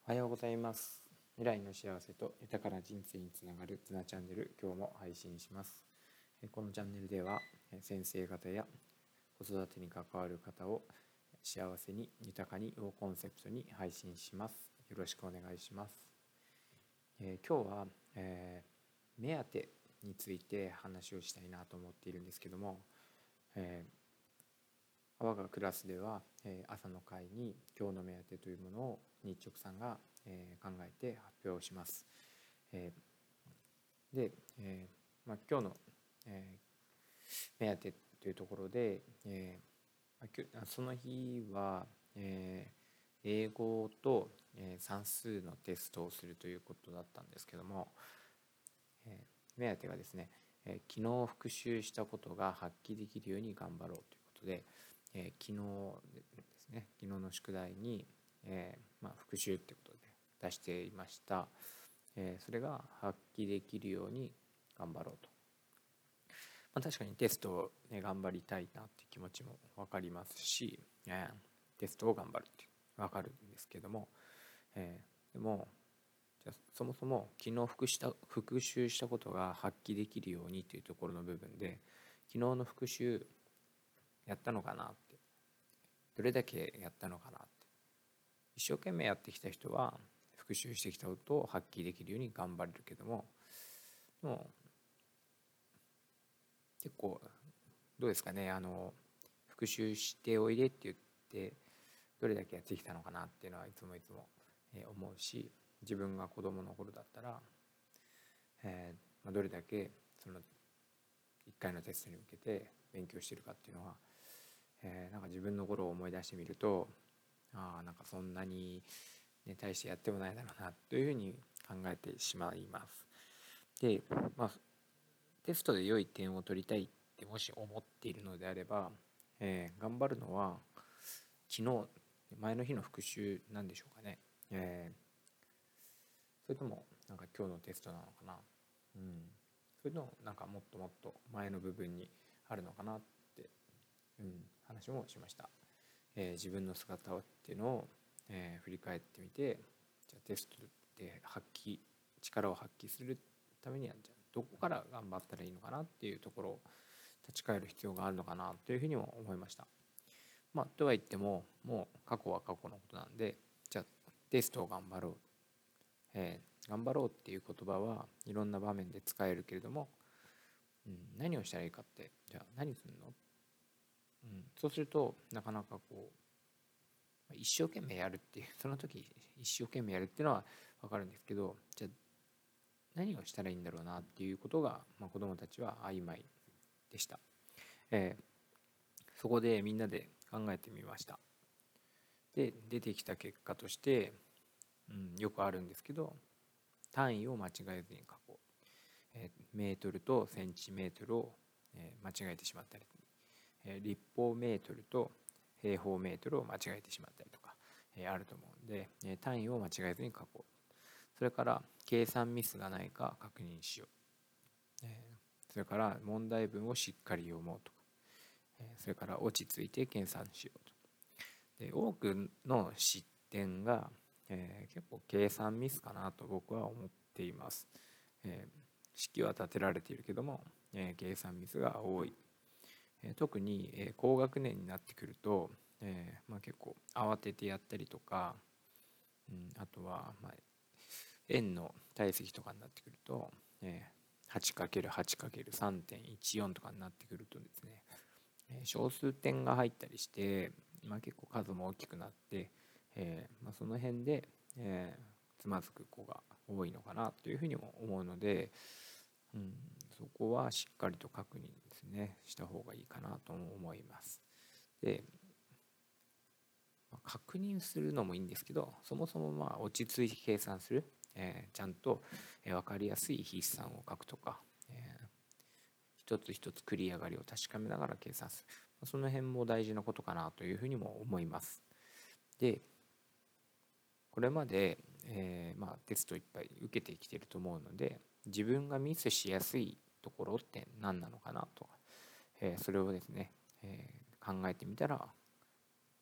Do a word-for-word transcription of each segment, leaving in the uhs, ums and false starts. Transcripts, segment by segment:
おはようございます。未来の幸せと豊かな人生につながるツナチャンネル、今日も配信します。このチャンネルでは先生方や子育てに関わる方を幸せに豊かにをコンセプトに配信します。よろしくお願いします。えー、今日は、えー、目当てについて話をしたいなと思っているんですけども、えー我がクラスでは、えー朝の会に今日の目当てというものを日直さんが、えー考えて発表します。えーで、えーまあ、今日の、えー目当てというところで、えーまあきゅその日は、えー英語と、えー算数のテストをするということだったんですけども、えー目当てがですね、えー昨日復習したことが発揮できるように頑張ろうということで、えー昨日ですね、昨日の宿題に、えーまあ、復習ってことで出していました。えーそれが発揮できるように頑張ろうと。まあ、確かにテストを、ね、頑張りたいなっていう気持ちも分かりますし、えーテストを頑張るって分かるんですけども、えーでもじゃあそもそも昨日復した復習したことが発揮できるようにというところの部分で、昨日の復習やったのかなって、どれだけやったのかなって、一生懸命やってきた人は復習してきたことを発揮できるように頑張れるけども、でも結構どうですかね、あの復習しておいでって言ってどれだけやってきたのかなっていうのはいつもいつも思うし、自分が子供の頃だったら、えーまあ、どれだけそのいっかいのテストに向けて勉強してるかっていうのは、えーなんか自分の頃を思い出してみると、ああなんかそんなに、ね、大してやってもないだろうなというふうに考えてしまいます。で、まあ、テストで良い点を取りたいってもし思っているのであれば、えー頑張るのは昨日前の日の復習なんでしょうかね、えーそれともなんか今日のテストなのかな、うん、それともなんかもっともっと前の部分にあるのかなって、うん、話もしました。えー自分の姿っていうのを、えー振り返ってみて、じゃあテストで発揮力を発揮するためにはじゃあどこから頑張ったらいいのかなっていうところを立ち返る必要があるのかなというふうにも思いました。まあ、とは言ってももう過去は過去のことなんで、じゃあテストを頑張ろう、えー頑張ろうっていう言葉はいろんな場面で使えるけれども、うん、何をしたらいいかって、じゃあ何するの、うん、そうするとなかなかこう一生懸命やるっていう、その時一生懸命やるっていうのは分かるんですけど、じゃあ何をしたらいいんだろうなっていうことが、まあ、子どもたちは曖昧でした。えーそこでみんなで考えてみました。で出てきた結果として、うん、よくあるんですけど、単位を間違えずに書こう、えーメートルとセンチメートルを、えー間違えてしまったり、えー立方メートルと平方メートルを間違えてしまったりとか、えーあると思うんで、えー単位を間違えずに書こう。それから計算ミスがないか確認しよう、えーそれから問題文をしっかり読もうとか、えーそれから落ち着いて計算しようと。で多くの失点が、えー結構計算ミスかなと僕は思っています。えー式は立てられているけども、えー計算ミスが多い。えー特に、えー高学年になってくると、えーまあ、結構慌ててやったりとか、うん、あとは、まあ、円の体積とかになってくると、えー、はちかけるはちかけるさんてんいちよん とかになってくるとですね、えー小数点が入ったりして、まあ、結構数も大きくなって、えーまあ、その辺で、えーつまずく子が多いのかなというふうにも思うので、うん、そこはしっかりと確認ですねした方がいいかなと思います。で、まあ確認するのもいいんですけど、そもそもまあ落ち着いて計算する、えーちゃんと分かりやすい筆算を書くとか、えー一つ一つ繰り上がりを確かめながら計算する、その辺も大事なことかなというふうにも思います。でこれまで、えーまあ、テストいっぱい受けてきてると思うので、自分がミスしやすいところって何なのかなと、えーそれをですね、えー考えてみたら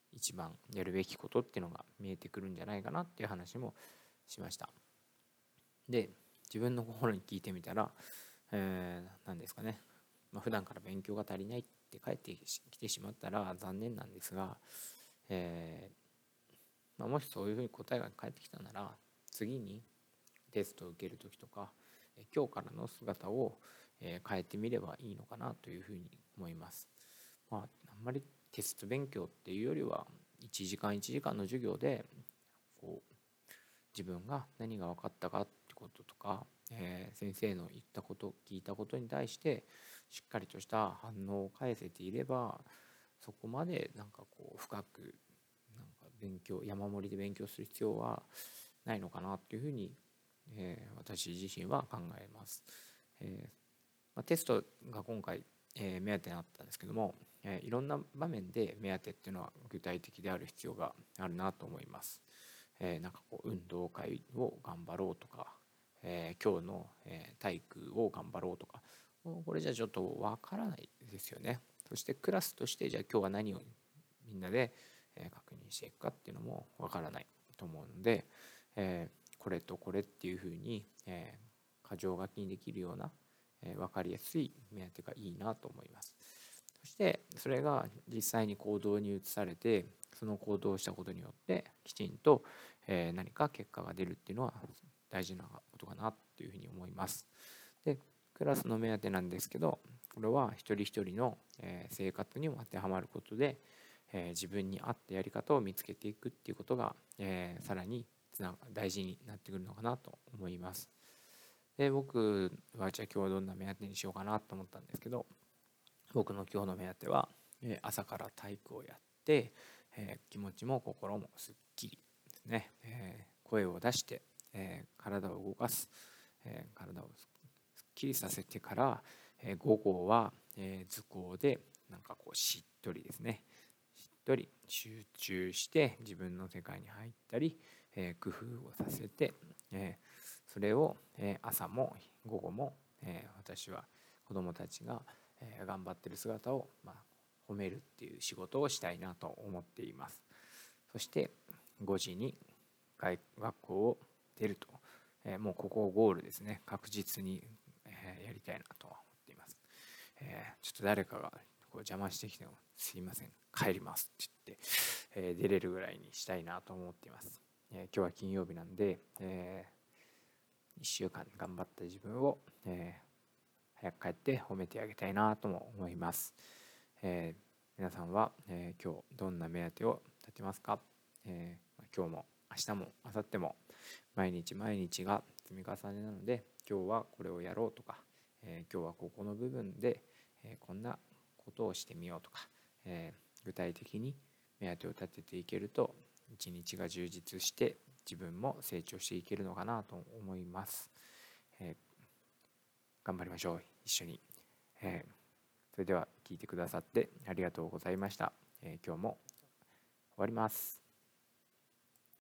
一番やるべきことっていうのが見えてくるんじゃないかなっていう話もしました。で自分の心に聞いてみたら、えー、何ですかね、まあ、普段から勉強が足りないって帰ってきてしまったら残念なんですが、えーまあ、もしそういうふうに答えが返ってきたなら、次にテストを受ける時とか今日からの姿を変えてみればいいのかなというふうに思います。まあ、あんまりテスト勉強っていうよりはいちじかんいちじかんの授業でこう自分が何が分かったかってこととか、えー、先生の言ったこと聞いたことに対してしっかりとした反応を返せていれば、そこまでなんかこう深くなんか勉強山盛りで勉強する必要はないのかなっていうふうに、えー、私自身は考えます。えーまあ、テストが今回、えー、目当てになったんですけども、えー、いろんな場面で目当てっていうのは具体的である必要があるなと思います。えー、なんかこう運動会を頑張ろうとか、えー、今日の、えー、体育を頑張ろうとか、これじゃちょっとわからないですよね。そしてクラスとしてじゃあ今日は何をみんなで、えー、確認していくかっていうのもわからないと思うので、えー、これとこれっていうふうに、えー、箇条書きにできるような、えー、分かりやすい目当てがいいなと思います。そしてそれが実際に行動に移されて、その行動をしたことによってきちんと何か結果が出るっていうのは大事なことかなっていうふうに思います。でクラスの目当てなんですけど、これは一人一人の生活にも当てはまることで、自分に合ったやり方を見つけていくっていうことがさらにつな大事になってくるのかなと思います。で僕はじゃあ今日はどんな目当てにしようかなと思ったんですけど、僕の今日の目当ては朝から体育をやって、えー、気持ちも心もすっきりですね、えー、声を出して、えー、体を動かす、えー、体をすっきりさせてから、えー、午後は、えー、図工でなんかこうしっとりですね、しっとり集中して自分の世界に入ったり、えー、工夫をさせて、えー、それを、えー、朝も午後も、えー、私は子どもたちがえー、頑張ってる姿を、まあ、褒めるっていう仕事をしたいなと思っています。そしてごじに学校を出ると、えー、もうここをゴールですね、確実に、えー、やりたいなと思っています。えー、ちょっと誰かがこう邪魔してきてもすいません帰りますって言って、えー、出れるぐらいにしたいなと思っています。えー、今日は金曜日なんで、えー、いっしゅうかん頑張った自分を、えー早く帰って褒めてあげたいなとも思います。えー、皆さんは、えー、今日どんな目当てを立てますか？えー、今日も明日も明後日も毎日毎日が積み重ねなので、今日はこれをやろうとか、えー、今日はここの部分で、えー、こんなことをしてみようとか、えー、具体的に目当てを立てていけると一日が充実して自分も成長していけるのかなと思います。えー頑張りましょう一緒に、えー、それでは聞いてくださってありがとうございました。えー、今日も終わります。